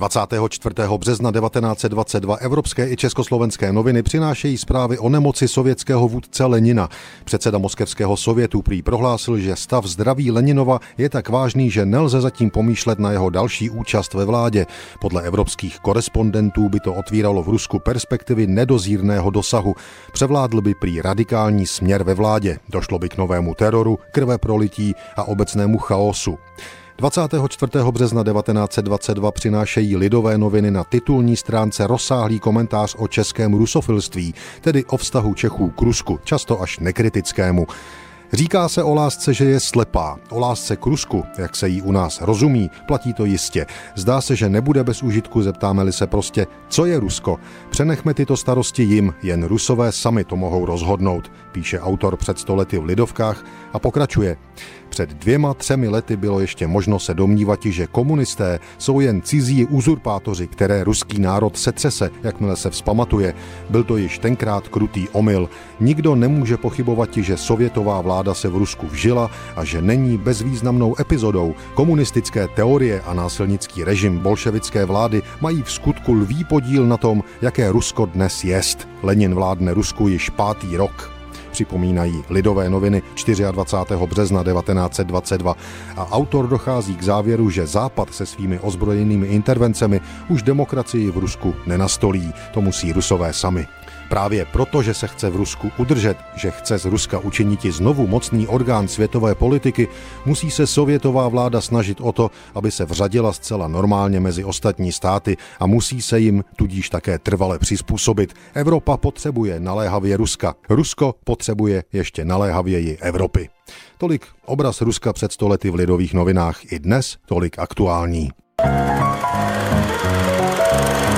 24. března 1922 evropské i československé noviny přinášejí zprávy o nemoci sovětského vůdce Lenina. Předseda Moskevského sovětu prý prohlásil, že stav zdraví Leninova je tak vážný, že nelze zatím pomýšlet na jeho další účast ve vládě. Podle evropských korespondentů by to otvíralo v Rusku perspektivy nedozírného dosahu. Převládl by prý radikální směr ve vládě. Došlo by k novému teroru, krveprolití a obecnému chaosu. 24. března 1922 přinášejí Lidové noviny na titulní stránce rozsáhlý komentář o českém rusofilství, tedy o vztahu Čechů k Rusku, často až nekritickému. Říká se o lásce, že je slepá. O lásce k Rusku, jak se jí u nás rozumí, platí to jistě. Zdá se, že nebude bez užitku, zeptáme-li se prostě, co je Rusko. Přenechme tyto starosti jim, jen Rusové sami to mohou rozhodnout, píše autor před 100 lety v Lidovkách a pokračuje. Před 2-3 lety bylo ještě možno se domnívati, že komunisté jsou jen cizí uzurpátoři, které ruský národ setřese, jakmile se vzpamatuje. Byl to již tenkrát krutý omyl. Nikdo nemůže pochybovati, že sovětová vláda se v Rusku vžila a že není bezvýznamnou epizodou. Komunistické teorie a násilnický režim bolševické vlády mají v skutku lví podíl na tom, jaké Rusko dnes jest. Lenin vládne Rusku již 5. rok. Připomínají Lidové noviny 24. března 1922 a autor dochází k závěru, že Západ se svými ozbrojenými intervencemi už demokracii v Rusku nenastolí. To musí Rusové sami. Právě proto, že se chce v Rusku udržet, že chce z Ruska učiniti znovu mocný orgán světové politiky, musí se sovětová vláda snažit o to, aby se vřadila zcela normálně mezi ostatní státy a musí se jim tudíž také trvale přizpůsobit. Evropa potřebuje naléhavě Ruska. Rusko potřebuje ještě naléhavěji Evropy. Tolik obraz Ruska před 100 lety v Lidových novinách. I dnes tolik aktuální.